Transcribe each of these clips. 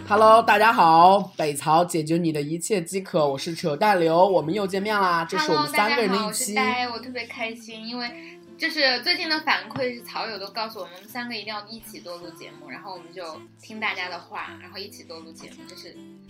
Hello， 大家好，北曹解决你的一切饥渴，我是扯淡流，我们又见面啦，这是我们3个人的一期。 Hello， 大家好，我是呆，我特别开心，因为就是最近的反馈是草友都告诉我们3个一定要一起多录节目，然后我们就听大家的话，然后一起多录节目，就是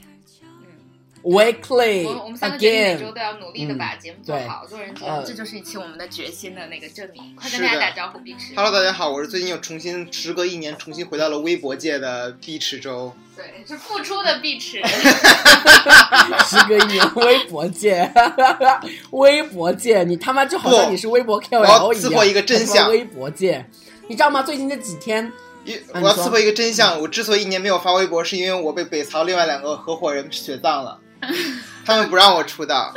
Weekly， 我们3个决定每周都要努力的把节目做好，做人节目，这就是一期我们的决心的那个证明。快跟大家打招呼，碧池。 Hello， 大家好，我是最近又时隔1年重新回到了微博界的碧池周。 对，是复出的碧池。 时隔1年微博界，微博界，你他妈就好像你是微博 KOL 一样。 我要刺破一个真相。 微博界，你知道吗？最近这几天。 我要刺破一个真相，我之所以1年没有发微博，是因为我被北曹另外2个合伙人雪葬了，他们不让我出道。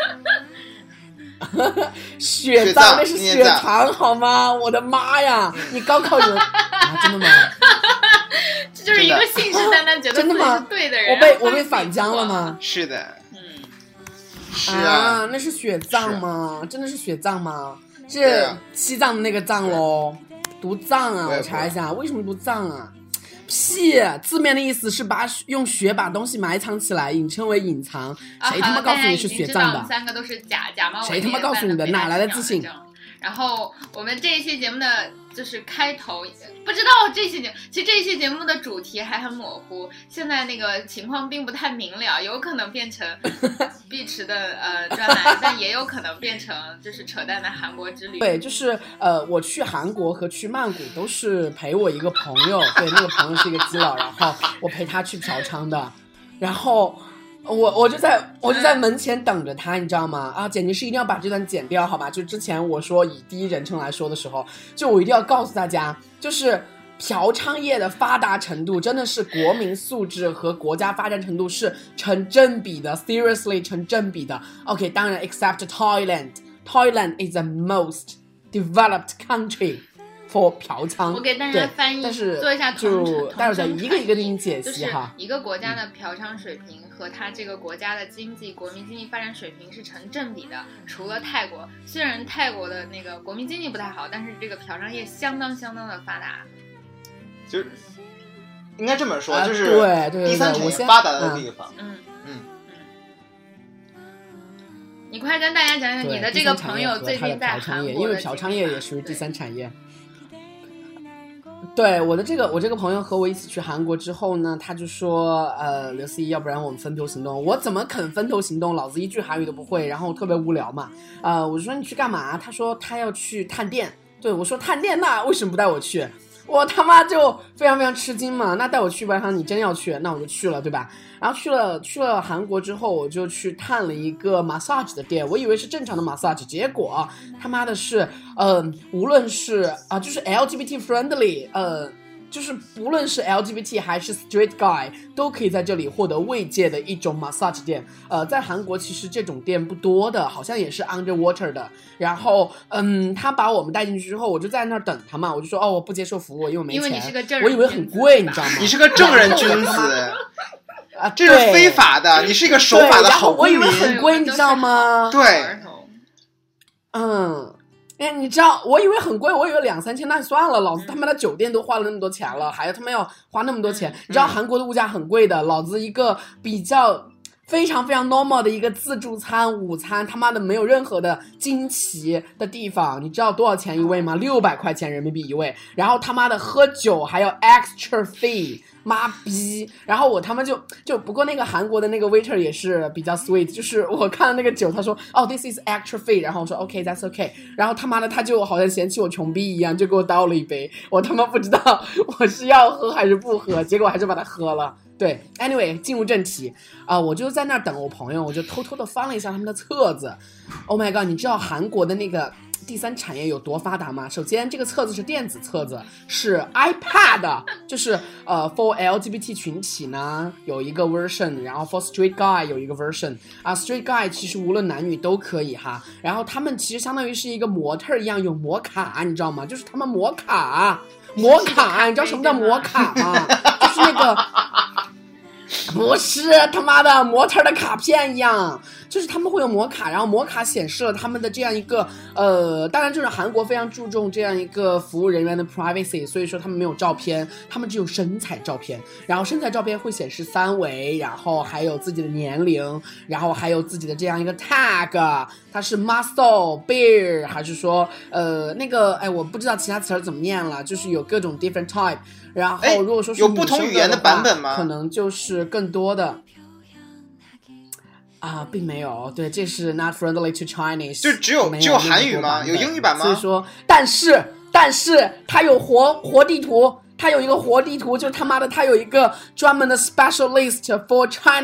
雪葬那是雪藏好吗？我的妈呀！你高考有真的吗？ 这就是一个信誓旦旦觉得自己是对的人。 我被反将了吗？ 是的，是啊，那是雪葬吗？真的是雪葬吗？是西藏的那个藏喽。读藏啊，我查一下，为什么读藏啊？屁，字面的意思是用雪把东西埋藏起来，引称为隐藏。谁他妈告诉你是雪藏的 ？3个都是假冒伪劣。 谁他妈告诉你的？哪来的自信？ 然后我们这一期节目的就是开头，不知道其实这一期节目的主题还很模糊，现在那个情况并不太明了，有可能变成碧池的专栏，但也有可能变成就是扯淡的韩国之旅。 对，就是我去韩国和去曼谷都是陪我一个朋友，对，那个朋友是一个基佬，然后我陪他去嫖娼的，然后。我就在门前等着他，你知道吗？啊，简直是一定要把这段剪掉，好吧？就之前我说以第一人称来说的时候，就我一定要告诉大家，就是嫖娼业的发达程度真的是国民素质和国家发展程度是成正比的 ，seriously 成正比的。OK， 当然 except Thailand is the most developed country。for 嫖娼， 我给大家翻译， 但是做一下就待会儿一个一个给你解析哈。 就是一个国家的嫖娼水平和它这个国家的国民经济发展水平是成正比的。除了泰国，虽然泰国的那个国民经济不太好，但是这个嫖娼业相当的发达。 就是应该这么说，就是对第三产业发达的地方。 你快跟大家讲讲你的这个朋友最近在韩国的， 因为嫖娼业也属于第三产业。对，我这个朋友和我一起去韩国之后呢，他就说刘思怡，要不然我们分头行动。我怎么肯分头行动？老子一句韩语都不会，然后特别无聊嘛。我说你去干嘛？他说他要去探店。对，我说探店，那为什么不带我去？我他妈就非常非常吃惊嘛，那带我去吧，你真要去，那我就去了，对吧？然后去了韩国之后，我就去探了一个 massage 的店，我以为是正常的 massage， 结果他妈的是，无论是就是 LGBT friendly，就是不论是 LGBT 还是 straight guy 都可以在这里获得慰藉的一种 massage 店。在韩国其实这种店不多的，好像也是 underwater 的。然后他把我们带进去之后，我就在那儿等他嘛，我就说我不接受服务，因为我没钱。 因为你是个正人， 我以为很贵，你知道吗？ 你是个正人君子这是非法的，你是一个守法的好公民。 我以为很贵，你知道吗？ 对， 你知道，我以为很贵，我以为2-3千，那算了，老子他妈的酒店都花了那么多钱了，还要他妈要花那么多钱。你知道韩国的物价很贵的，老子一个比较非常非常 normal 的一个自助餐午餐，他妈的没有任何的惊奇的地方，你知道多少钱一位吗？600块钱人民币一位，然后他妈的喝酒还要 extra fee。妈逼！然后我他妈就不过那个韩国的那个 waiter 也是比较 sweet， 就是我看了那个酒，他说this is extra fee， 然后我说 OK that's OK， 然后他妈的他就好像嫌弃我穷逼一样，就给我倒了一杯，我他妈不知道我是要喝还是不喝，结果还是把它喝了。对 ，anyway 进入正题我就在那儿等我朋友，我就偷偷的翻了一下他们的册子。Oh my god， 你知道韩国的那个第三产业有多发达吗？首先这个册子是电子册子，是 iPad， 就是for LGBT 群体呢有一个 version， 然后 for straight guy 有一个 version straight guy 其实无论男女都可以哈，然后他们其实相当于是一个模特一样有模卡，你知道吗？就是他们模卡，你知道什么叫模卡吗？就是那个不是他妈的模特的卡片一样，就是他们会有模卡，然后模卡显示了他们的这样一个当然就是韩国非常注重这样一个服务人员的 privacy， 所以说他们没有照片，他们只有身材照片，然后身材照片会显示3维，然后还有自己的年龄，然后还有自己的这样一个 tag， 它是 muscle beer 还是说那个我不知道其他词儿怎么念了，就是有各种 different type， 然后如果说是有不同语言的版本吗？ 可能就是更多的并没有，对，这是 not friendly to Chinese， 就只有韩语吗？有英语版吗？ 所以说，但是它有活地图，它有一个活地图，就他妈的它有一个专门的 special list for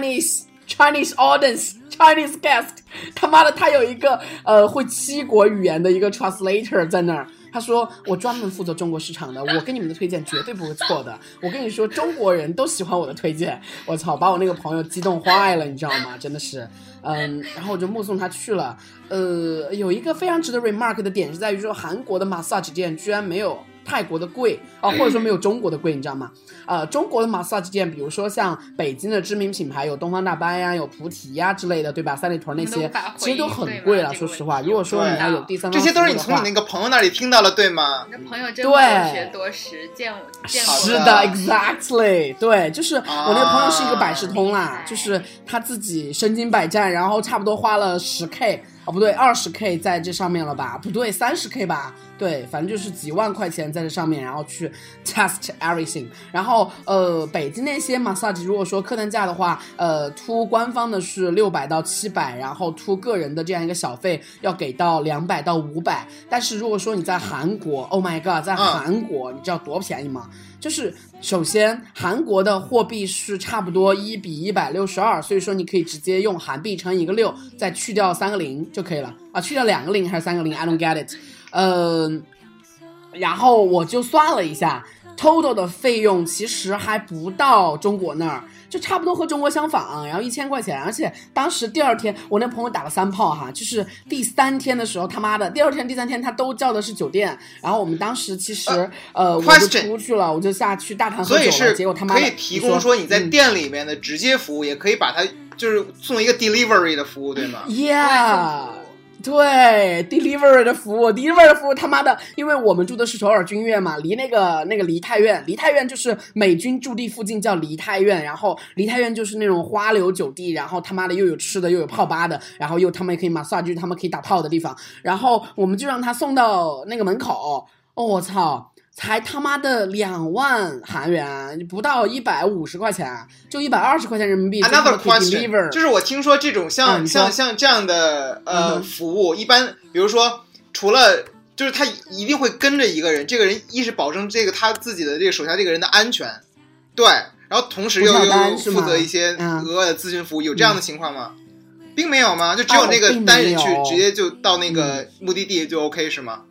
Chinese audience Chinese guest， 他妈的它有一个会7国语言的一个 translator 在那儿。他说我专门负责中国市场的，我给你们的推荐绝对不会错的，我跟你说中国人都喜欢我的推荐，我操，把我那个朋友激动坏了，你知道吗？真的是然后我就目送他去了。有一个非常值得 remark 的点是在于说韩国的 massage 店居然没有泰国的贵或者说没有中国的贵，你知道吗？中国的 massage 店比如说像北京的知名品牌有东方大班呀，有菩提呀之类的，对吧？三里屯那些其实都很贵了，说实话，如果说你要有第三方这些都是你从你那个朋友那里听到了，对吗？ 你的朋友真博学多识，见过是的 exactly， 对，就是我那个朋友是一个百事通啦，就是他自己身经百战，然后差不多花了10K不对，20K 在这上面了吧？不对，30K 吧？对，反正就是几万块钱在这上面，然后去 test everything。然后北京那些 massage 如果说客单价的话，to 官方的是600到700，然后 to 个人的这样一个小费要给到200到500。但是如果说你在韩国 ，Oh my god， 在韩国你知道多便宜吗？就是首先韩国的货币是差不多1比162，所以说你可以直接用韩币乘以一个6，再去掉3个0就可以了去掉2个0还是3个0 I don't get it。然后我就算了一下 total 的费用其实还不到中国那儿，就差不多和中国相仿，然后1000块钱。而且当时第2天我那朋友打了3炮哈，就是第3天的时候他妈的第2天第3天他都叫的是酒店，然后我们当时其实我就出去了，我就下去大堂喝酒了，结果他妈的可以提供说你在店里面的直接服务，也可以把它就是送一个 delivery 的服务，对吗？ Yeah，对 delivery 的服务他妈的，因为我们住的是首尔君悦嘛，离那个梨泰院就是美军驻地附近叫梨泰院，然后梨泰院就是那种花柳酒地，然后他妈的又有吃的又有泡吧的，然后又他们也可以 massage， 就是他们可以打炮的地方，然后我们就让他送到那个门口，我操，才他妈的2万韩元，不到150块钱，就120块钱人民币。 Another question， 就是我听说这种像这样的服务，一般比如说除了就是他一定会跟着一个人，这个人一是保证这个他自己的这个手下这个人的安全，对，然后同时又负责一些额外的咨询服务，有这样的情况吗？并没有吗？就只有那个单人去直接就到那个目的地就 OK 是吗？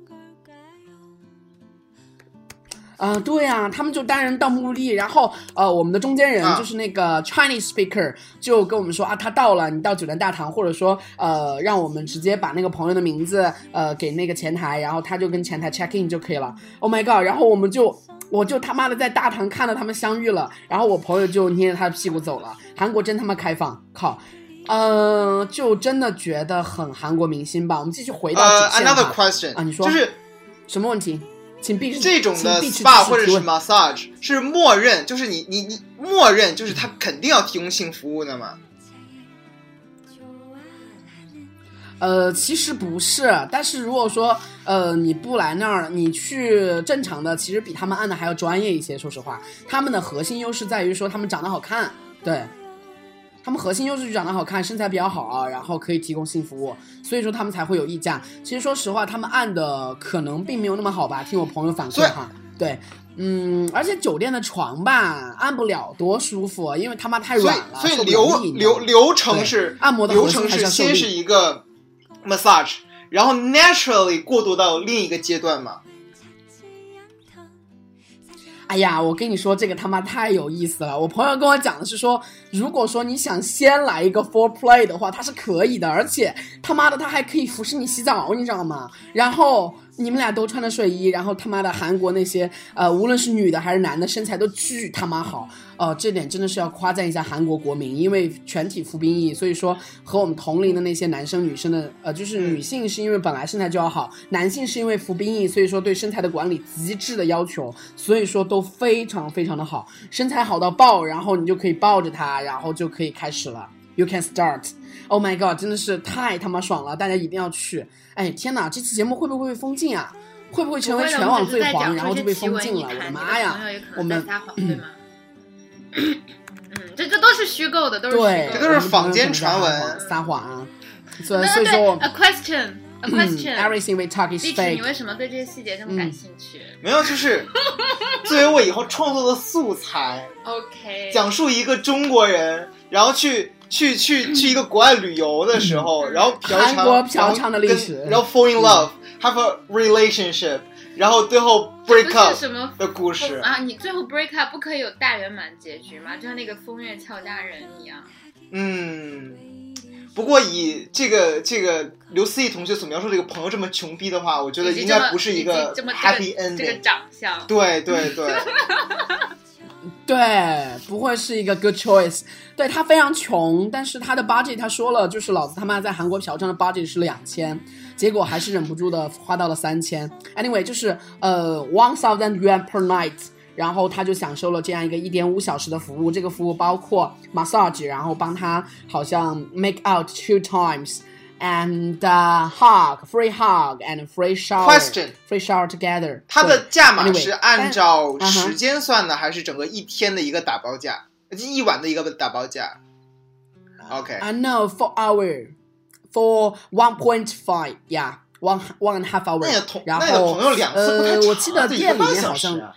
对啊，他们就单人到目的地，然后我们的中间人就是那个 Chinese speaker 就跟我们说他到了，你到酒店大堂，或者说让我们直接把那个朋友的名字给那个前台，然后他就跟前台 check in 就可以了。Oh my god， 然后我就他妈的在大堂看到他们相遇了，然后我朋友就捏着他的屁股走了。韩国真他妈开放，靠。就真的觉得很韩国明星吧。我们继续回到 another question 你说就是什么问题？请必须这种的 SPA 或者是 massage 是默认，就是你默认就是他肯定要提供性服务的吗？ 其实不是，但是如果说你不来那儿，你去正常的，其实比他们按的还要专业一些。说实话，他们的核心优势在于说他们长得好看，对。他们核心优势就长得好看，身材比较好，然后可以提供性服务，所以说他们才会有溢价。其实说实话，他们按的可能并没有那么好吧，听我朋友反馈哈。对，而且酒店的床吧，按不了多舒服，因为他妈太软了。 所以流程是按摩的流程是先是一个 massage， 然后 naturally 过渡到另一个阶段嘛。 哎呀，我跟你说这个他妈太有意思了。我朋友跟我讲的是说，如果说你想先来一个 foreplay 的话，它是可以的，而且他妈的他还可以服侍你洗澡，你知道吗？然后你们俩都穿的睡衣，然后他妈的韩国那些无论是女的还是男的身材都巨他妈好，这点真的是要夸赞一下韩国国民，因为全体服兵役，所以说和我们同龄的那些男生女生的就是女性是因为本来身材就要好，男性是因为服兵役，所以说对身材的管理极致的要求，所以说都非常非常的好，身材好到爆，然后你就可以抱着他，然后就可以开始了。You can start. Oh my god， 真的是太他妈爽了，大家一定要去。哎，天哪，这期节目会不会被封禁啊？会不会成为全网最黄，然后就被封禁了？我的妈呀！ 我们撒谎对吗？这都是虚构的，都是虚构的， 这都是坊间传闻， 撒谎啊。所以说 ，a question，everything we talk is fake。 你为什么对这些细节这么感兴趣？ 没有，就是作为我以后创作的素材。 OK。 讲述一个中国人，然后去一个国外旅游的时候，然后韩国嫖娼的历史， 然后 fall in love，have a relationship， 然后最后 break up 的故事啊！你最后 break up 不可以有大圆满结局吗？就像那个风月俏佳人一样。 不过以这个刘思义同学所描述这个朋友这么穷逼的话，我觉得应该不是一个 happy ending。 这个长相， 对。 对，不会是一个 good choice。对，他非常穷，但是他的 budget 他说了，就是老子他妈在韩国嫖娼的 budget 是2000，结果还是忍不住的花到了3000。Anyway， 就是1000 yuan per night， 然后他就享受了这样一个1.5小时的服务。这个服务包括 massage， 然后帮他好像 make out 2 times。And free hug and free free shower together。 它的价码是按照时间算的，还是整个一天的一个打包价，一晚的一个打包价 ？OK。 No, for hour, for 1.5, yeah, one and a half hour。然后那个朋友2次不太长， 我记得店里面好像。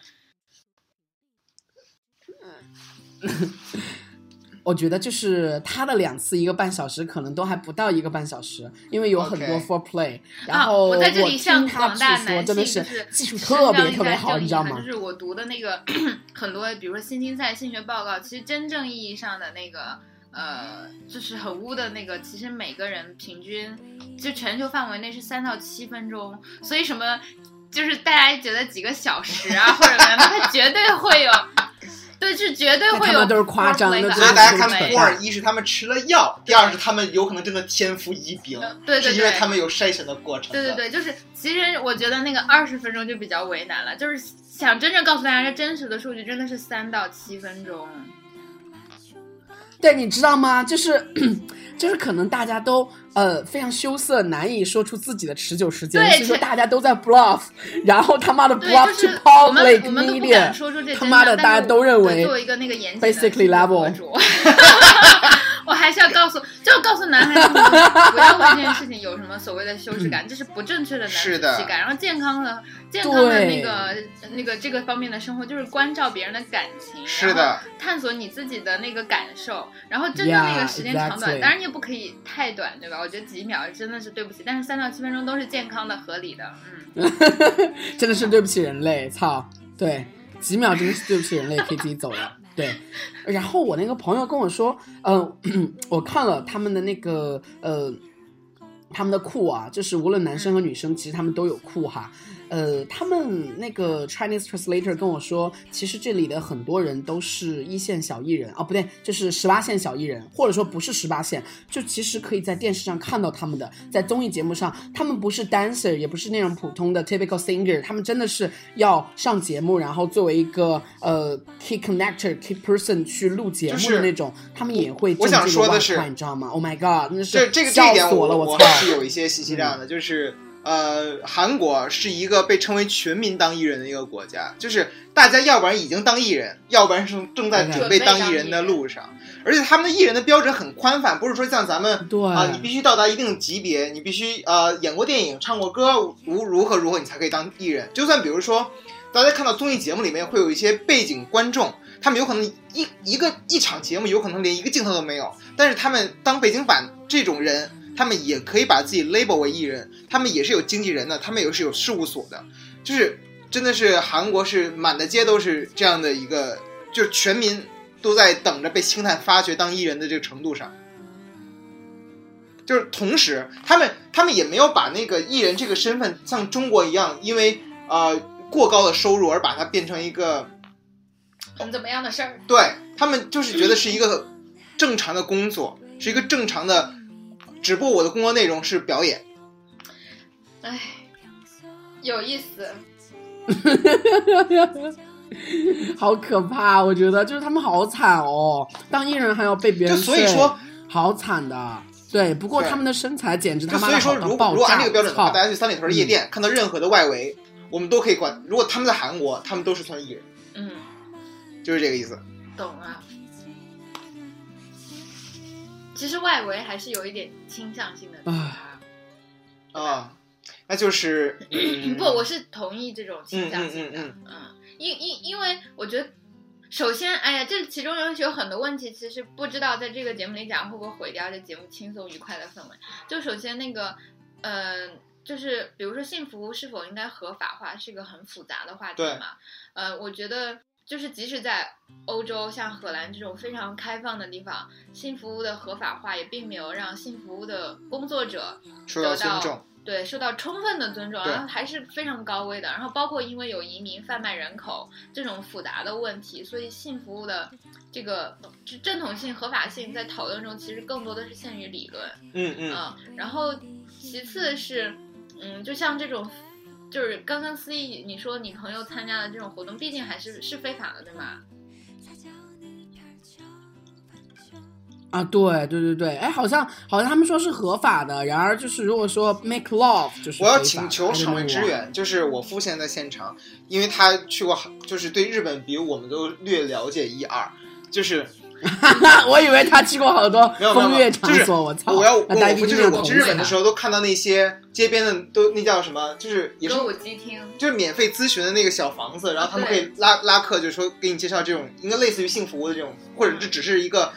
我觉得就是他的2次1个半小时可能都还不到1个半小时，因为有很多 foreplay。然后我在这里向广大男性真的是技术特别特别好，你知道吗？ 就是我读的那个很多，比如说新金赛性学报告，其实真正意义上的那个就是很污的那个，其实每个人平均就全球范围内是3到7分钟，所以什么就是大家觉得几个小时啊或者什么，它绝对会有。对，是绝对会有， 他们都是夸张的。 所以大家看porn，一是他们吃了药，第二是他们有可能真的天赋异禀， 对， 是因为他们有筛选的过程。 对，就是其实我觉得那个20分钟就比较为难了，就是想真正告诉大家这真实的数据真的是3到7分钟。 对，你知道吗？就是可能大家都非常羞涩，难以说出自己的持久时间，所以说大家都在 bluff， 然后他妈的 bluff to public media， 他妈的大家都认为作为一个那个严谨的 basically level， 我还是要告诉男孩子们不要为这件事情有什么所谓的羞耻感，这是不正确的男子气概。然后健康的那个这个方面的生活就是关照别人的感情， 是的， 探索你自己的那个感受，然后真正那个时间长短，当然你也不可以太短，对吧？我觉得几秒真的是对不起，但是3到7分钟都是健康的、合理的。 真的是对不起人类，操！对，几秒真的是对不起人类，可以自己走了。对，然后我那个朋友跟我说，我看了他们的那个他们的库啊，就是无论男生和女生，其实他们都有库哈。他们那个 Chinese translator 跟我说，其实这里的很多人都是1线小艺人，不对，就是18线小艺人，或者说不是18线，就其实可以在电视上看到他们的，在综艺节目上，他们不是 dancer， 也不是那种普通的 typical singer， 他们真的是要上节目，然后作为一个key connector、key person 去录节目的那种，他们也会挣这个外快，你知道吗 ？Oh my god， 那是笑死我了！我操， 是有一些信息量的，就是韩国是一个被称为全民当艺人的一个国家，就是大家要不然已经当艺人，要不然是正在准备当艺人的路上，而且他们的艺人的标准很宽泛，不是说像咱们你必须到达一定级别，你必须演过电影、唱过歌，如何你才可以当艺人。就算比如说大家看到综艺节目里面会有一些背景观众，他们有可能一场节目有可能连一个镜头都没有，但是他们当背景板这种人，他们也可以把自己 label 为艺人，他们也是有经纪人的，他们也是有事务所的，就是真的是韩国是满大街都是这样的一个，就是全民都在等着被星探发掘当艺人的这个程度上。 就是同时他们也没有把那个艺人这个身份像中国一样，因为过高的收入而把它变成一个很怎么样的事儿。 对，他们就是觉得是一个正常的工作，是一个正常的，只不过我的工作内容是表演。 哎，有意思。 好可怕，我觉得就是他们好惨哦，当艺人还要被别人所以说好惨的。对，不过他们的身材简直他妈的好到爆炸。如果按这个标准的话，大家去三里屯夜店、看到任何的外围，我们都可以管。如果他们在韩国，他们都是算艺人。就是这个意思。 懂了。其实外围还是有一点倾向性的。 那就是不，我是同意这种倾向性的。因为我觉得，首先，哎呀，这其中有很多问题，其实不知道在这个节目里讲会不会毁掉这节目轻松愉快的氛围。就首先那个，就是比如说性服务是否应该合法化，是一个很复杂的话题嘛。我觉得就是即使在欧洲，像荷兰这种非常开放的地方，性服务的合法化也并没有让性服务的工作者受到尊重。 对，受到充分的尊重，然后还是非常高危的。然后包括因为有移民、贩卖人口这种复杂的问题，所以性服务的这个正统性、合法性在讨论中其实更多的是限于理论。然后其次是，就像这种，就是刚刚思怡你说你朋友参加的这种活动，毕竟还是非法的，对吗？ 啊，对，哎，好像他们说是合法的，然而就是如果说 make love 就是我要请求场外支援，就是我父现在在现场，因为他去过，就是对日本比我们都略了解一二，就是我以为他去过好多风月场所，我操！ 就是我去日本的时候都看到那些街边的都那叫什么，就是也是歌舞伎厅， 就是免费咨询的那个小房子，然后他们可以拉客，就是说给你介绍这种应该类似于性服务的这种，或者这只是一个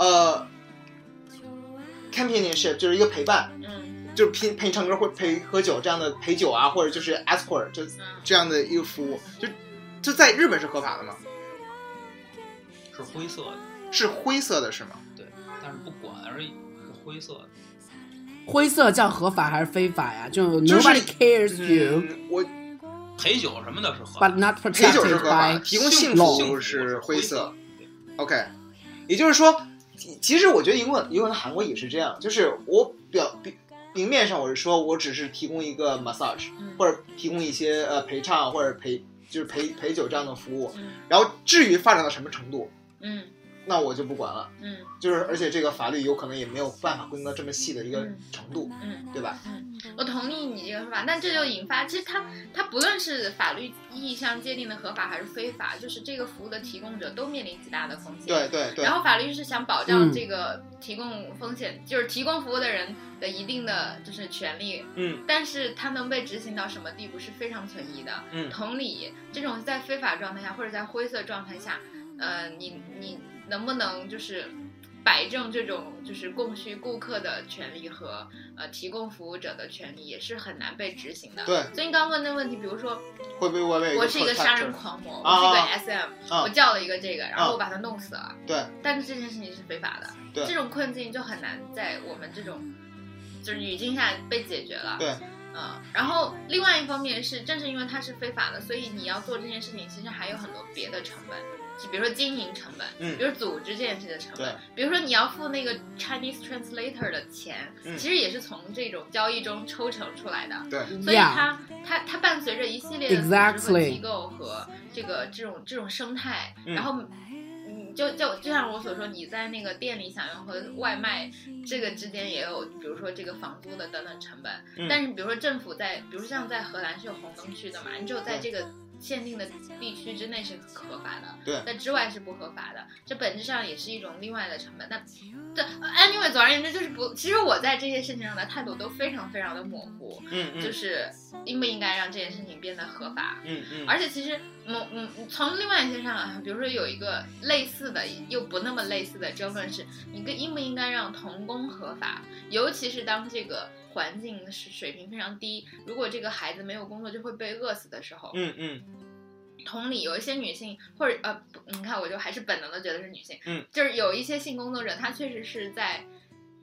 companionship 就是一个陪伴，就是陪你唱歌或陪喝酒这样的陪酒啊，或者就是 escort 就这样的一个服务，就在日本是合法的吗？ 是灰色的， 是灰色的是吗？ 对，但是不管而已，是灰色的。 灰色叫合法还是非法呀？就 nobody cares you。 我陪酒什么的是合法 ，but not protected by 陪酒是合法，提供性服务是灰色。OK， 也就是说。其实我觉得有可能韩国也是这样，就是我明面上我是说我只是提供一个 massage，或者提供一些陪唱或者陪酒这样的服务，然后至于发展到什么程度，那我就不管了，就是而且这个法律有可能也没有办法规定到这么细的一个程度，对吧？ 我同意你这个说法，但这就引发，其实它不论是法律意义上界定的合法还是非法，就是这个服务的提供者都面临极大的风险。 对。 然后法律是想保障这个提供风险，就是提供服务的人的一定的就是权利，但是它能被执行到什么地步是非常存疑的。同理，这种在非法状态下或者在灰色状态下，你能不能就是摆正这种就是供需顾客的权利和提供服务者的权利也是很难被执行的。 对， 所以你刚刚问的问题，比如说会不会我是一个杀人狂魔，我是一个 SM，我叫了一个这个，然后我把他弄死了， 对， 但是这件事情是非法的， 对， 这种困境就很难在我们这种就是语境下被解决了。 对。 然后另外一方面是，正是因为它是非法的，所以你要做这件事情，其实还有很多别的成本，就比如说经营成本，比如组织这件事的成本，比如说你要付那个 Chinese translator 的钱，其实也是从这种交易中抽成出来的。 对， 所以它伴随着一系列的组织和机构和这种生态，然后。就像我所说，你在那个店里享用和外卖这个之间也有，比如说这个房租的等等成本。但是比如说政府比如像在荷兰是有红灯区的嘛，你只有在这个限定的地区之内是合法的， 对， 在之外是不合法的。这本质上也是一种另外的成本。那对 ，anyway， 总而言之就是其实我在这些事情上的态度都非常非常的模糊，就是应不应该让这件事情变得合法，而且其实从另外一些上啊，比如说有一个类似的又不那么类似的争论是，你应不应该让童工合法，尤其是当这个环境水平非常低，如果这个孩子没有工作就会被饿死的时候，同理，有一些女性或者你看我就还是本能的觉得是女性，就是有一些性工作者，她确实是在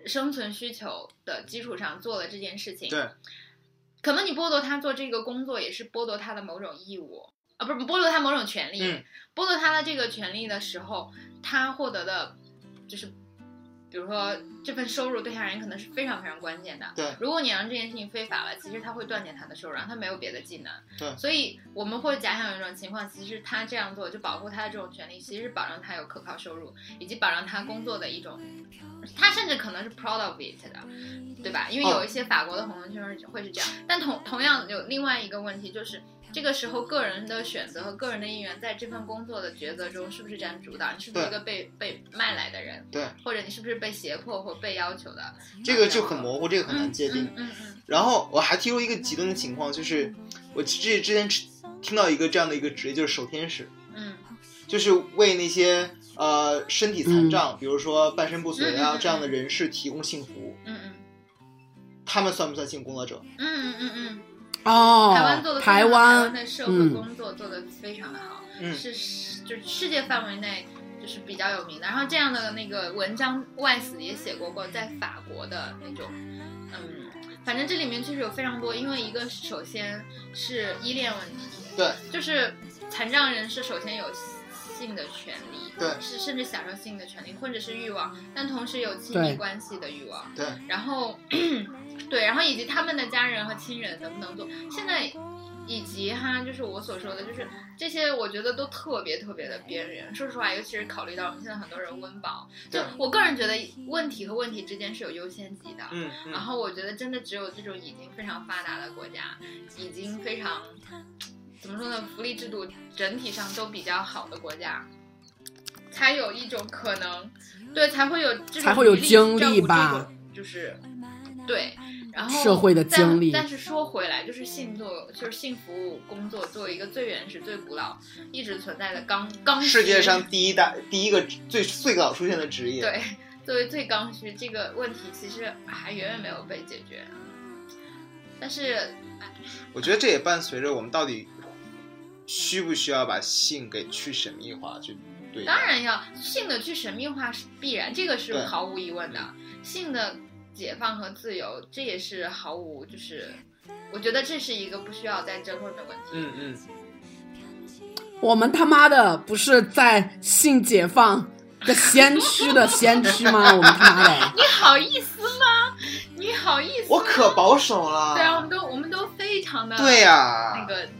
生存需求的基础上做了这件事情。 对， 可能你剥夺他做这个工作，也是剥夺他的某种义务啊，不是剥夺他某种权利。剥夺他的这个权利的时候，他获得的就是。比如说这份收入对他人可能是非常非常关键的。 对， 如果你让这件事情非法了，其实他会断绝他的收入，他没有别的技能。 对， 所以我们会假想有一种情况，其实他这样做就保护他的这种权利，其实是保障他有可靠收入，以及保障他工作的一种，他甚至可能是 proud of it 的，对吧？因为有一些法国的红灯区会是这样，但同样有另外一个问题就是。这个时候，个人的选择和个人的意愿在这份工作的抉择中是不是占主导？你是不是一个被卖来的人？ 对， 或者你是不是被胁迫或被要求的？ 这个就很模糊，这个很难界定。然后我还提出一个极端的情况，就是我之前听到一个这样的一个职业，就是守天使。就是为那些身体残障，比如说半身不遂啊这样的人士提供性服务。他们算不算性工作者？ 哦， 台湾做的台湾的社会工作做得非常的好，就是世界范围内就是比较有名的。然后这样的那个文章外死也写过在法国的那种，反正这里面确实有非常多，因为一个首先是依恋问题， 对， 就是残障人士首先有性的权利， 对， 是甚至享受性的权利或者是欲望，但同时有亲密关系的欲望， 对， 然后对，然后以及他们的家人和亲人能不能做，现在以及就是我所说的，就是这些我觉得都特别特别的边缘。说实话，尤其是考虑到我们现在很多人温饱，就我个人觉得问题和问题之间是有优先级的。然后我觉得真的只有这种已经非常发达的国家，已经非常怎么说呢，福利制度整体上都比较好的国家，才有一种可能，对，才会有这种才会有精力吧， 就是对。然后社会的经历， 但是说回来，就是性服务工作作为一个最原始、最古老、一直存在的刚世界上第一个最早出现的职业， 对，作为最刚需，这个问题其实还远远没有被解决。但是， 我觉得这也伴随着我们到底需不需要把性给去神秘化，去对？ 当然要，性的去神秘化是必然，这个是毫无疑问的。性的解放和自由，这也是毫无，就是我觉得这是一个不需要再争论的问题。 我们他妈的不是在性解放的先驱吗？我们他妈的， 你好意思吗？你好意思吗？ 我可保守了。 对啊，我们都非常的对呀， 那个。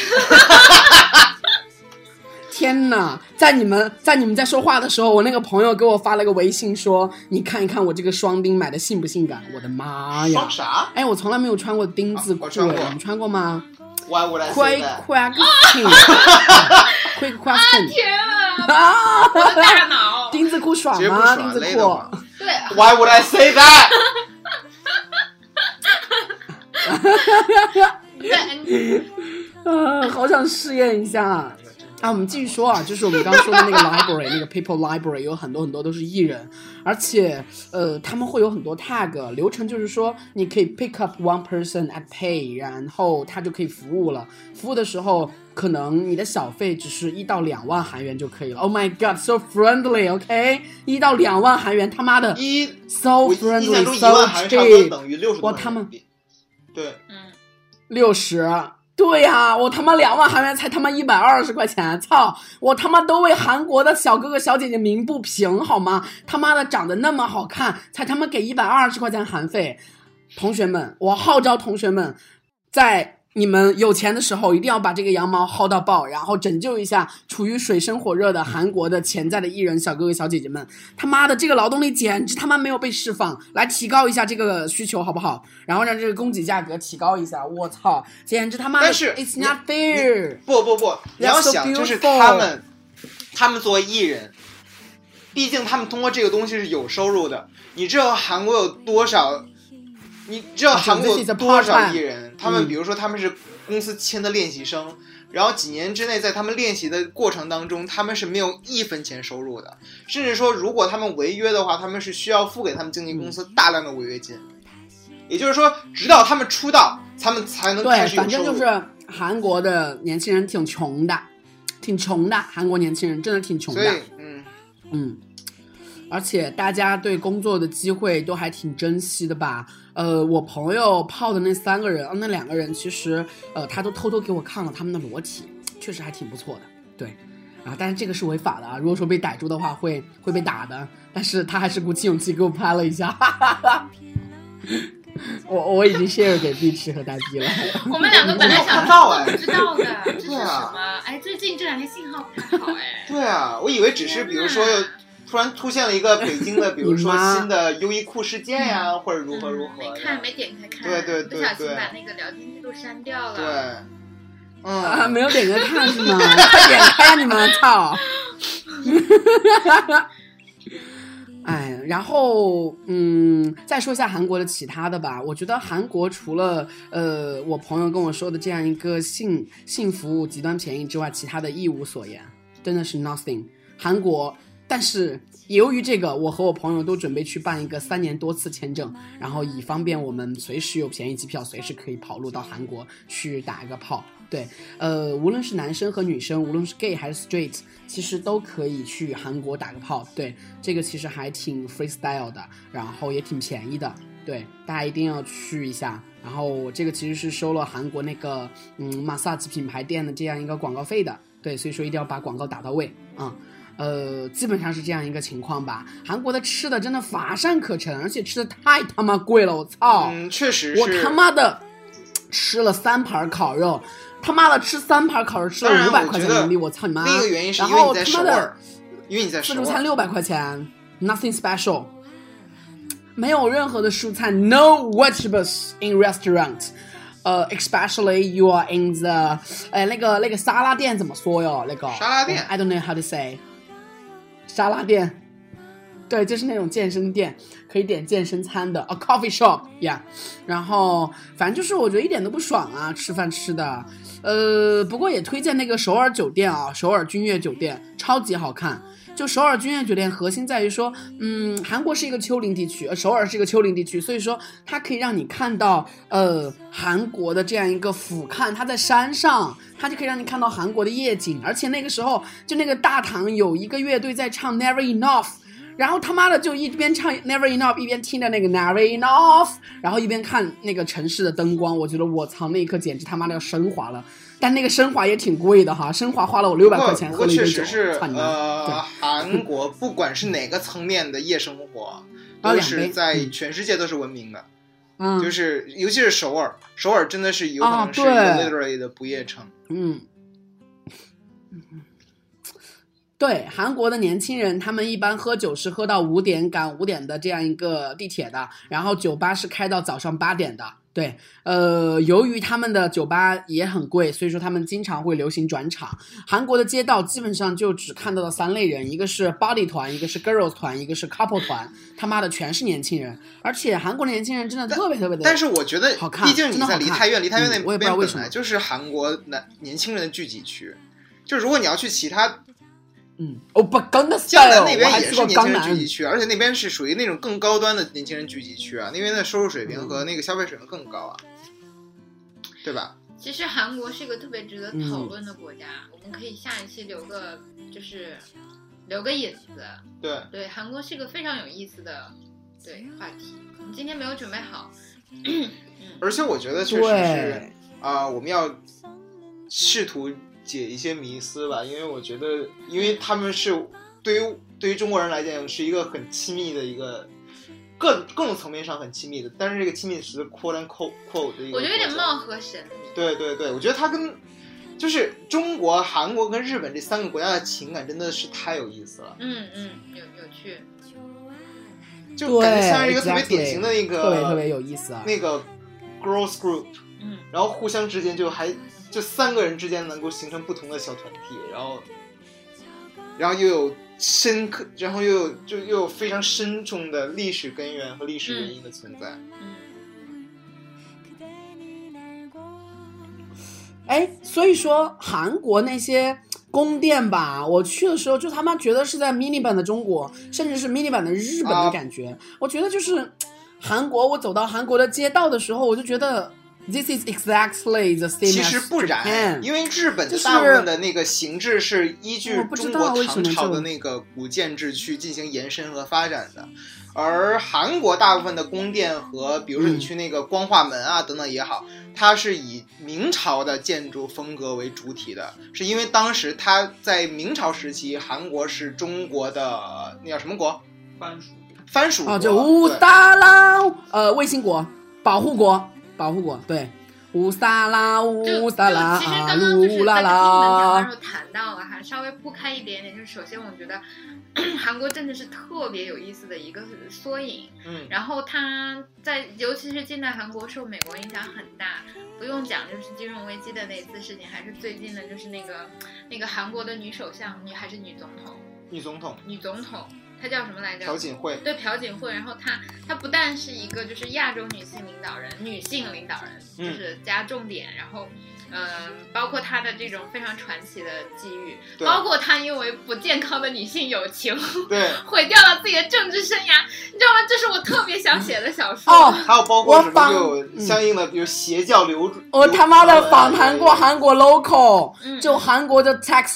天哪，在你们在说话的时候，我那个朋友给我发了个微信说，你看一看我这个双钉买的性不性感。我的妈呀， 双啥？ 哎，我从来没有穿过钉子裤，你穿过吗？ Why would I say that? Quick question. 天啊！我的大脑。 钉子裤爽吗？钉子裤。 对。 Why would I say that? 好想试验一下。我们继续说啊，就是我们刚刚说的那个 library， 那个 people library 有很多都是艺人，而且他们会有很多 tag 流程，就是说你可以 pick up one person at pay， 然后他就可以服务了。服务的时候，可能你的小费只是1到2万韩元就可以了。Oh my god, so friendly, OK？ 1到2万韩元，他妈的 ，so friendly, so cheap。我他妈， 对 ，60。对呀，我他妈2万韩元才他妈120块钱，操！我他妈都为韩国的小哥哥小姐姐鸣不平好吗？他妈的长得那么好看，才他妈给120块钱韩费。同学们，我号召同学们，在你们有钱的时候，一定要把这个羊毛薅到爆，然后拯救一下处于水深火热的韩国的潜在的艺人小哥哥小姐姐们。他妈的，这个劳动力简直他妈没有被释放，来提高一下这个需求好不好？然后让这个供给价格提高一下。我操，简直他妈的！ 但是 it's not fair。 不，你要想，就是他们作为艺人，毕竟他们通过这个东西是有收入的。你知道韩国有多少？你知道韩国有多少艺人？他们比如说他们是公司签的练习生，然后几年之内在他们练习的过程当中，他们是没有1分钱收入的，甚至说如果他们违约的话，他们是需要付给他们经纪公司大量的违约金。也就是说，直到他们出道，他们才能开始有收入。 对，反正就是韩国的年轻人挺穷的，韩国年轻人真的挺穷的。 所以而且大家对工作的机会都还挺珍惜的吧。我朋友泡的那3个人，那2个人其实他都偷偷给我看了他们的裸体，确实还挺不错的。对啊，但是这个是违法的啊，如果说被逮住的话会被打的，但是他还是鼓起勇气给我拍了一下。哈哈哈。我已经 share 给碧池和大 B 了。 我们2个本来想看到哎， 不知道的，这是什么？哎，最近这2天信号不太好哎。 对啊，我以为只是比如说突然出现了一个北京的，比如说新的优衣库事件呀，或者如何。 没点开看， 对， 不小心把那个聊天记录删掉了。 对， 没有点开看是吗？快点开呀你们，操！哎，然后再说一下韩国的其他的吧。我觉得韩国除了我朋友跟我说的这样一个性服务极端便宜之外，其他的一无所言，真的是 nothing。韩国，但是由于这个，我和我朋友都准备去办一个3年多次签证，然后以方便我们随时有便宜机票，随时可以跑路到韩国去打一个炮。对，无论是男生和女生，无论是 gay 还是 straight， 其实都可以去韩国打个炮。对，这个其实还挺 freestyle 的，然后也挺便宜的。对，大家一定要去一下。然后这个其实是收了韩国那个massage 品牌店的这样一个广告费的。对，所以说一定要把广告打到位啊。基本上是这样一个情况吧。韩国的吃的真的乏善可陈，而且吃的太他妈贵了，我操！ 确实是。 我他妈的吃了3盘烤肉。他妈的吃3盘烤肉吃了500块钱人民币，我操你妈！ 另一个原因是因为你在首尔，因为你在首尔， 自助餐600块钱 ，nothing special， 没有任何的蔬菜 ，no vegetables in restaurant， especially you are in the， 那个沙拉店怎么说哟？那个沙拉店 ，I don't know how to say， 沙拉店。对，就是那种健身店，可以点健身餐的 ，a coffee shop， yeah。然后反正就是我觉得一点都不爽啊，吃饭吃的。不过也推荐那个首尔酒店啊，首尔君悦酒店超级好看。就首尔君悦酒店核心在于说，韩国是一个丘陵地区，首尔是一个丘陵地区，所以说它可以让你看到韩国的这样一个俯瞰，它在山上，它就可以让你看到韩国的夜景。而且那个时候就那个大堂有一个乐队在唱 Never Enough。然后他妈的就一边唱 Never Enough 一边听着那个 Never Enough， 然后一边看那个城市的灯光，我觉得我操那一刻简直他妈的要升华了。但那个升华也挺贵的哈，升华花了我600块钱喝了一杯酒。 确实是韩国不管是哪个层面的夜生活都是在全世界都是闻名的。就是尤其是首尔真的是有可能是 literally 的不夜城。 对，韩国的年轻人他们一般喝酒是喝到5点，赶5点的这样一个地铁的，然后酒吧是开到早上8点的。对，由于他们的酒吧也很贵，所以说他们经常会流行转场。韩国的街道基本上就只看到了3类人，一个是 body 团，一个是 girls 团，一个是 couple 团，他妈的全是年轻人。而且韩国的年轻人真的特别特别的， 但是我觉得好看， 毕竟你在梨泰院那边本来就是韩国年轻人的聚集区，就如果你要去其他。 不，江南那边也是年轻人聚集区，而且那边是属于那种更高端的年轻人聚集区啊，那边的收入水平和那个消费水平更高啊，对吧？ 其实韩国是一个特别值得讨论的国家，我们可以下一期留个引子。对，韩国是一个非常有意思的话题，我们今天没有准备好。 而且我觉得确实是我们要试图解一些迷思吧，因为我觉得，因为他们是对于中国人来讲是一个很亲密的一个各种层面上很亲密的，但是这个亲密是 quote unquote 的一个， 我觉得有点貌合神离。 对，我觉得它跟就是中国、韩国跟日本这3个国家的情感真的是太有意思了。 有趣， 就感觉像是一个特别典型的那个特别有意思啊， 那个 girls group，然后互相之间就3个人之间能够形成不同的小团体，然后又有深刻，然后又有非常深重的历史根源和历史原因的存在。 所以说韩国那些宫殿吧，我去的时候就他妈觉得是在 mini 版的中国，甚至是 mini 版的日本的感觉。我觉得就是韩国，我走到韩国的街道的时候，我就觉得 This is exactly the same as Japan. 其实不然，因为日本的大部分的那个形制是依据中国唐朝的那个古建制去进行延伸和发展的，而韩国大部分的宫殿和比如说你去那个光化门啊等等也好，它是以明朝的建筑风格为主体的，是因为当时它在明朝时期，韩国是中国的那叫什么国？藩属国， 就乌萨拉卫星国，保护国，对，乌萨拉乌萨拉其实刚刚就是在听你们讲的时候谈到了哈，稍微铺开一点点，就是首先我觉得韩国真的是特别有意思的一个缩影，然后它在尤其是近代韩国受美国影响很大，不用讲就是金融危机的那次事情，还是最近的就是那个韩国的女首相，还是女总统。她叫什么来着？ 朴槿惠。 对，朴槿惠。然后她不但是一个就是亚洲女性领导人，就是加重点。然后，包括她的这种非常传奇的际遇，包括她因为不健康的女性友情， 对， 毁掉了自己的政治生涯，你知道吗？这是我特别想写的小说。 还有包括什么就有相应的，比如邪教我他妈的访谈过韩国 local，就韩国的 tax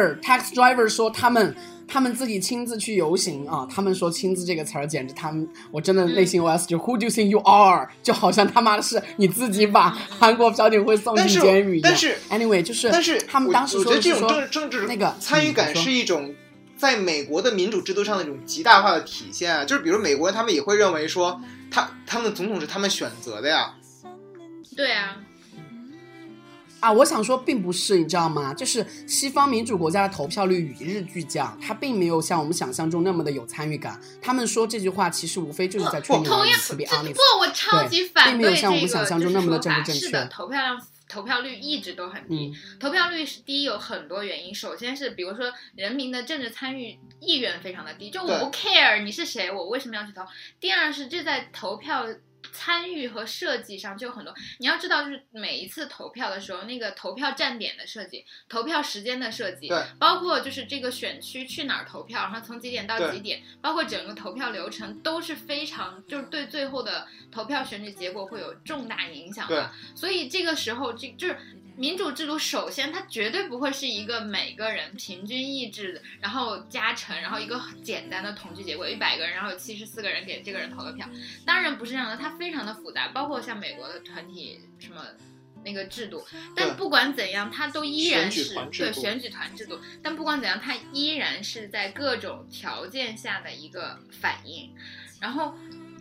driver 说他们自己亲自去游行啊！他们说亲自这个词儿，简直我真的内心 OS 就 Who do you think you are？ 就好像他妈的是你自己把韩国朴槿惠送进监狱一样。 但是 anyway 但是他们当时说的是说， 我觉得这种政治那个参与感是一种在美国的民主制度上的一种极大化的体现啊！就是比如美国人他们也会认为说他们的总统是他们选择的呀。 对啊。 我想说并不是，你知道吗？就是西方民主国家的投票率与日俱降，它并没有像我们想象中那么的有参与感。他们说这句话其实无非就是在吹牛而已，特别 honest。 我超级反对这个， 并没有像我们想象中那么的政治正确。 是的，投票率一直都很低。投票率是低有很多原因，首先是比如说人民的政治参与意愿非常的低，就我不 care 你是谁，我为什么要去投。第二是这在投票参与和设计上就有很多，你要知道就是每一次投票的时候，那个投票站点的设计，投票时间的设计，包括就是这个选区去哪儿投票，然后从几点到几点，包括整个投票流程都是非常就是对最后的投票选举结果会有重大影响的。所以这个时候就是民主制度，首先它绝对不会是一个每个人平均意志然后加成，然后一个简单的统计结果，100个人然后有74个人给这个人投了票，当然不是这样的，它非常的复杂，包括像美国的团体什么那个制度，但不管怎样它都依然是选举团制度，但不管怎样它依然是在各种条件下的一个反应。然后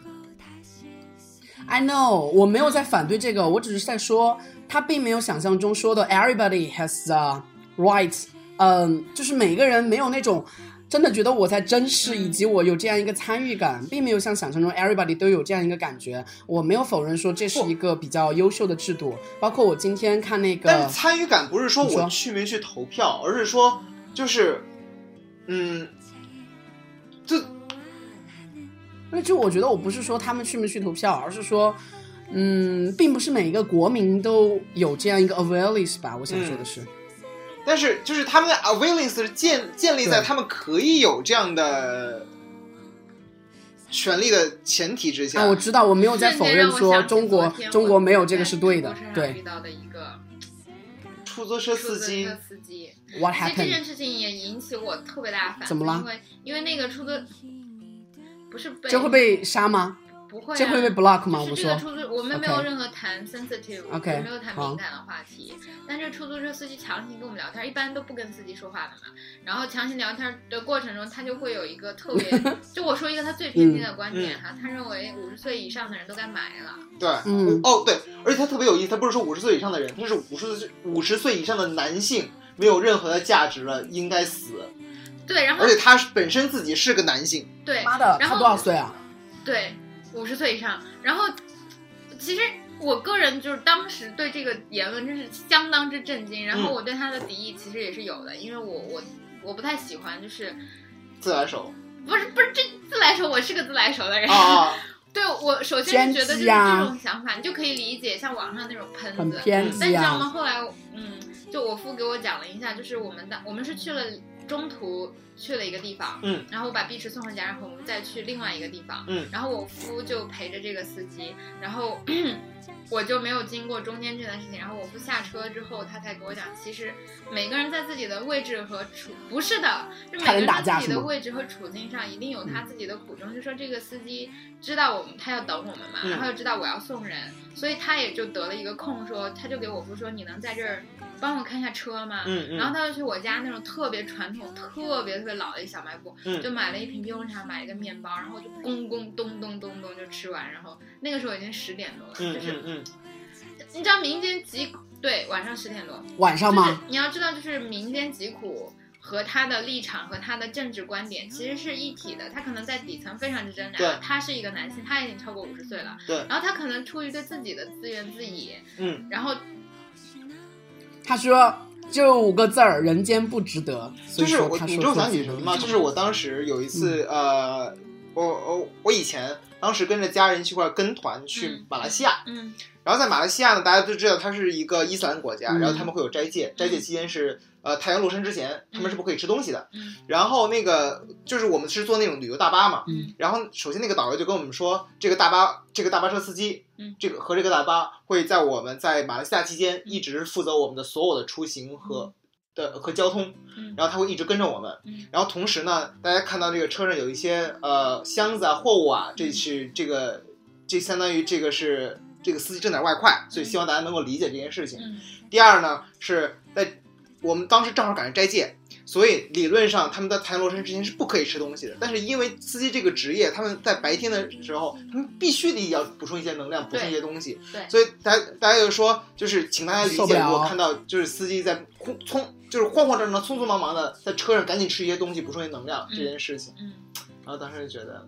I know， 我没有在反对这个，我只是在说他并没有想象中说的 everybody has the right， 就是每个人没有那种真的觉得我在珍视以及我有这样一个参与感，并没有像想象中 everybody 都有这样一个感觉。我没有否认说这是一个比较优秀的制度，包括我今天看那个， 但是参与感不是说我去没去投票，而是说就是就我觉得我不是说他们去没去投票，而是说并不是每一个国民都有这样一个 awareness 吧，我想说的是。 但是就是他们的 awareness 是建立在他们可以有这样的权利的前提之下。 我知道，我没有在否认说中国没有这个是对的。对。 遇到的一个出租车司机 What happened？ 这件事情也引起我特别大的反思。 怎么了？ 因为那个出租不是被这会被杀吗？ 不会、啊， 这会被 block 吗？ 就是这个出租，我们没有任何谈 sensitive， okay, 没有谈敏感的话题。但这个出租车司机强行跟我们聊天，一般都不跟司机说话的嘛。然后强行聊天的过程中，他就会有一个特别，就我说一个他最偏激的观点哈，他认为50岁以上的人都该埋了。 对，对，而且他特别有意思，他不是说50岁以上的人，他是50岁以上的男性没有任何的价值了，应该死。 对，然后而且他本身自己是个男性。 对， 妈的，他多少岁啊？ 对，50岁以上。然后其实我个人就是当时对这个言论真是相当之震惊，然后我对他的敌意其实也是有的，因为我不太喜欢就是自来熟。 不是这自来熟，我是个自来熟的人。对，我首先是觉得就是这种想法，你就可以理解像网上那种喷子， 很偏激啊。 但你知道吗？后来就我父给我讲了一下，就是我们是去了中途去了一个地方，然后我把碧池送回家，然后我们再去另外一个地方，然后我夫就陪着这个司机，然后我就没有经过中间这段事情，然后我夫下车之后，他才给我讲，其实每个人在自己的位置和不是的，就每个人在自己的位置和处境上一定有他自己的苦衷，就说这个司机知道他要等我们嘛，然后又知道我要送人，所以他也就得了一个空，说他就给我夫说，你能在这儿帮我看一下车吗？然后他就去我家那种特别传统、特别老的一小卖部，就买了一瓶冰红茶，买了一个面包，然后就咣咣咚咚咚咚就吃完，然后那个时候已经10点多了，就是你知道民间疾苦，对，晚上10点多， 晚上吗？ 就是你要知道，就是民间疾苦和他的立场和他的政治观点其实是一体的，他可能在底层非常之挣扎，他是一个男性，他已经超过50岁了， 对， 然后他可能出于对自己的自怨自艾，然后他说就5个字儿，人间不值得。 就是你知道我想起什么吗？就是我当时有一次，我以前当时跟着家人去块跟团去马来西亚，然后在马来西亚呢，大家都知道它是一个伊斯兰国家，然后他们会有斋戒，斋戒期间是太阳落山之前，他们是不可以吃东西的。然后那个就是我们是坐那种旅游大巴嘛，然后首先那个导游就跟我们说，这个大巴车司机，这个大巴会在我们在马来西亚期间一直负责我们的所有的出行和交通，然后他会一直跟着我们，然后同时呢，大家看到这个车上有一些箱子啊、货物啊，这相当于这个是这个司机挣点外快，所以希望大家能够理解这件事情。第二呢，是在我们当时正好赶上斋戒，所以理论上他们在太阳落山之前是不可以吃东西的，但是因为司机这个职业，他们在白天的时候，他们必须得要补充一些能量，补充一些东西，对，所以大家就说，就是请大家理解，如果看到就是司机在就是慌慌张张、匆匆忙忙的在车上赶紧吃一些东西，补充一些能量这件事情，然后当时就觉得。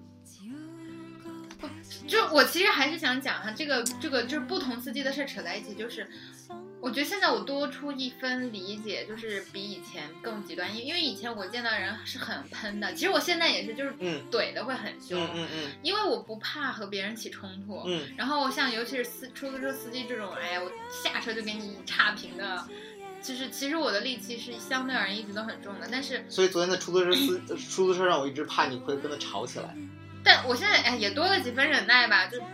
就我其实还是想讲哈，这个就是不同司机的事扯在一起，就是我觉得现在我多出一分理解，就是比以前更极端，因为以前我见到人是很喷的，其实我现在也是，就是怼的会很凶，因为我不怕和别人起冲突，然后像尤其是出租车司机这种，哎呀，我下车就给你差评的。就是其实我的戾气是相对而言一直都很重的，但是所以昨天在出租车上，我一直怕你会跟他吵起来。 但我现在也多了几分忍耐吧，就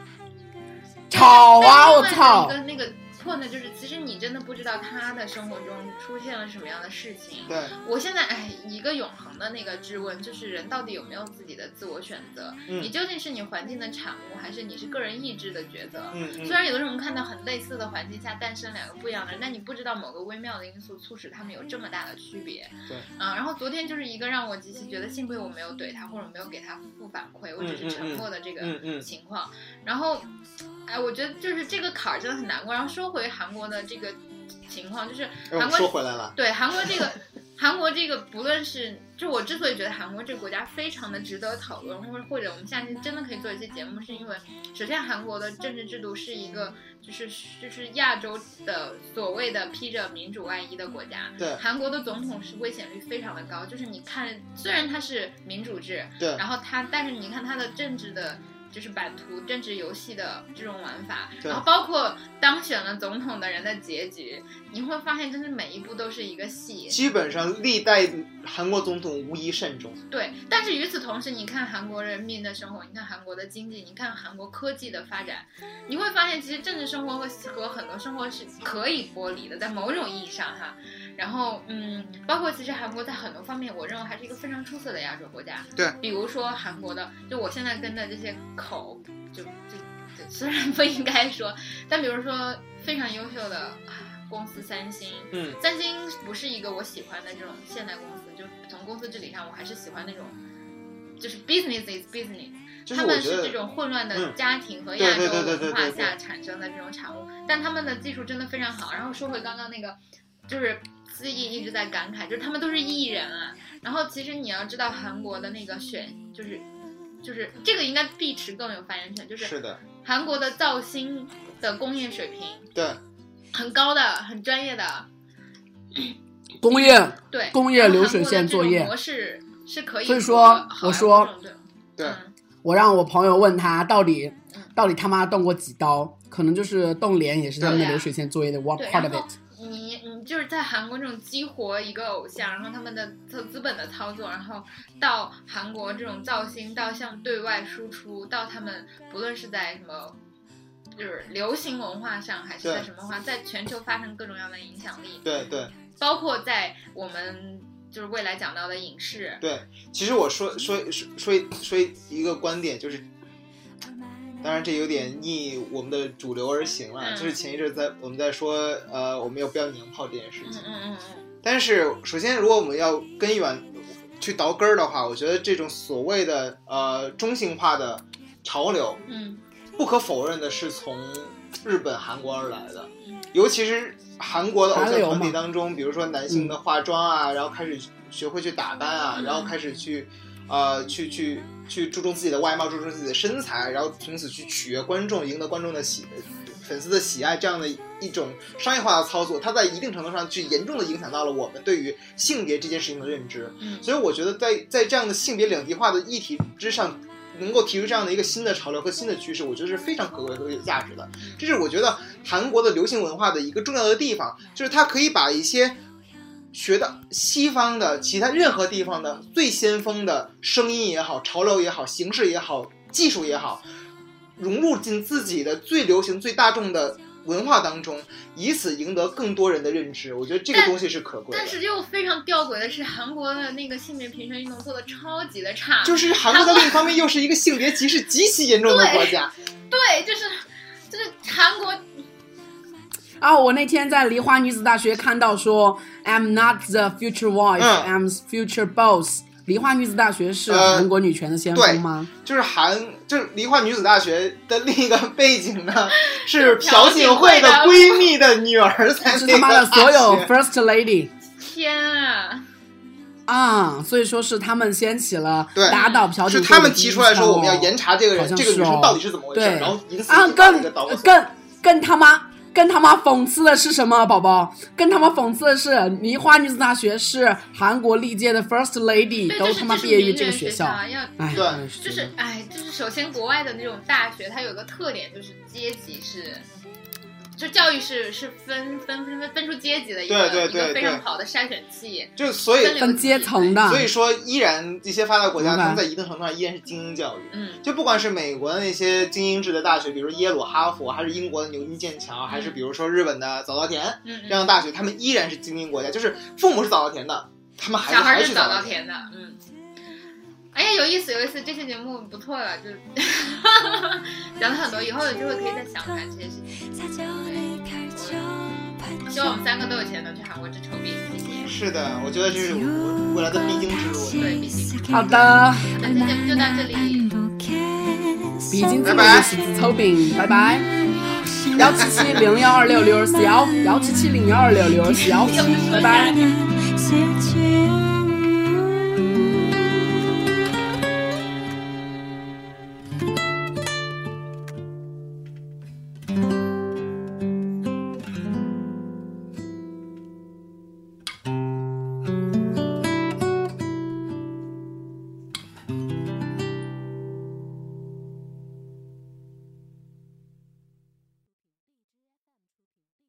吵啊！我操！ 跟那个错呢，就是其实你真的不知道他的生活中出现了什么样的事情。 对， 我现在一个永恒的那个质问就是人到底有没有自己的自我选择？你究竟是你环境的产物，还是你是个人意志的抉择？虽然有的时候我们看到很类似的环境下诞生两个不一样的人，但你不知道某个微妙的因素促使他们有这么大的区别。 对， 然后昨天就是一个让我极其觉得幸亏我没有怼他，或者没有给他负反馈，我只是沉默的这个情况。然后。我觉得就是这个坎儿真的很难过。然后说回韩国的这个情况，就是韩国说回来了， 对韩国这个不论是就我之所以觉得韩国这个国家非常的值得讨论，或者我们下期真的可以做一些节目，是因为首先韩国的政治制度是一个就是亚洲的所谓的披着民主外衣的国家。 对， 韩国的总统是危险率非常的高，就是你看虽然它是民主制， 对， 然后但是你看它的政治的。就是版图政治游戏的这种玩法，然后包括当选了总统的人的结局，你会发现真是每一步都是一个戏。 基本上历代韩国总统无一慎终。 对，但是与此同时，你看韩国人民的生活，你看韩国的经济，你看韩国科技的发展，你会发现其实政治生活和很多生活是可以剥离的，在某种意义上哈。然后包括其实韩国在很多方面，我认为还是一个非常出色的亚洲国家。 对， 比如说韩国的，就我现在跟的这些口，就虽然不应该说，但比如说非常优秀的公司三星，三星不是一个我喜欢的这种现代公司，就从公司治理上，我还是喜欢那种就是 business is business。他们是这种混乱的家庭和亚洲文化下产生的这种产物，但他们的技术真的非常好。然后说回刚刚那个，就是司仪一直在感慨，就是他们都是艺人啊。然后其实你要知道韩国的那个就是这个应该碧池更有发言权，就是的， 韩国的造星的工业水平对很高的，很专业的工业对工业流水线作业模式是可以。 所以说我说对。 我让我朋友问他到底他妈动过几刀，可能就是动脸也是他们的流水线作业的 one part of it。 你就是在韩国这种激活一个偶像，然后他们的资本的操作，然后到韩国这种造星，到向对外输出，到他们不论是在什么就是流行文化上，还是在什么话，在全球发生各种各样的影响力。 对对， 包括在我们就是未来讲到的影视。 对，其实我说一个观点，就是当然这有点逆我们的主流而行了，就是前一阵我们在说我们要不要娘炮这件事情。但是首先如果我们要根源去倒根儿的话，我觉得这种所谓的中性化的潮流，不可否认的是从日本韩国而来的，尤其是韩国的偶像团体当中，比如说男性的化妆啊，然后开始学会去打扮啊，然后开始去注重自己的外貌，注重自己的身材，然后从此去取悦观众，赢得观众的粉丝的喜爱，这样的一种商业化的操作，它在一定程度上去严重的影响到了我们对于性别这件事情的认知。所以我觉得在这样的性别两极化的议题之上，能够提出这样的一个新的潮流和新的趋势，我觉得是非常可贵和有价值的。这是我觉得韩国的流行文化的一个重要的地方，就是它可以把一些学到西方的其他任何地方的最先锋的声音也好，潮流也好，形式也好，技术也好，融入进自己的最流行最大众的文化当中，以此赢得更多人的认知。我觉得这个东西是可贵的。 但是又非常吊诡的是，韩国的那个性别平权运动做的超级的差， 就是韩国的另一方面又是一个性别歧视极其严重的国家。 对，就是韩国啊，我那天在梨花女子大学看到说 I'm not the future wife, I'm future boss。梨花女子大学是韩国女权的先锋吗？ 就是梨花女子大学的另一个背景呢，是朴槿惠的闺蜜的女儿在那个大学，是他妈的所有 first lady。 天啊！ 啊，所以说是他们掀起了打倒朴槿惠的， 是他们提出来说我们要严查这个人，这个女生到底是怎么回事，然后因此一个导火索。 更他妈讽刺的是什么，宝宝？更他妈讽刺的是，梨花女子大学是韩国历届的 first lady 都他妈毕业于这个学校。 对， 就是首先国外的那种大学，它有个特点，就是阶级是。就教育是分出阶级的一个非常好的筛选器， 就所以分阶层的。 所以说，依然一些发达国家，他们在一定程度上依然是精英教育。就不管是美国的那些精英制的大学，比如耶鲁、哈佛，还是英国的牛津、剑桥，还是比如说日本的早稻田这样的大学，他们依然是精英国家。就是父母是早稻田的，他们小孩是早稻田的。哎呀，有意思，这期节目不错了，就讲了很多，以后有机会可以再详谈这些事情。希望我们3个都有钱能去韩国掷臭币，谢谢。 是的，我觉得这是未来的必经之路。 对，必经之路。 好的， 本期节目就到这里。 必经之路是掷臭币，拜拜。177012664，177012664，拜拜。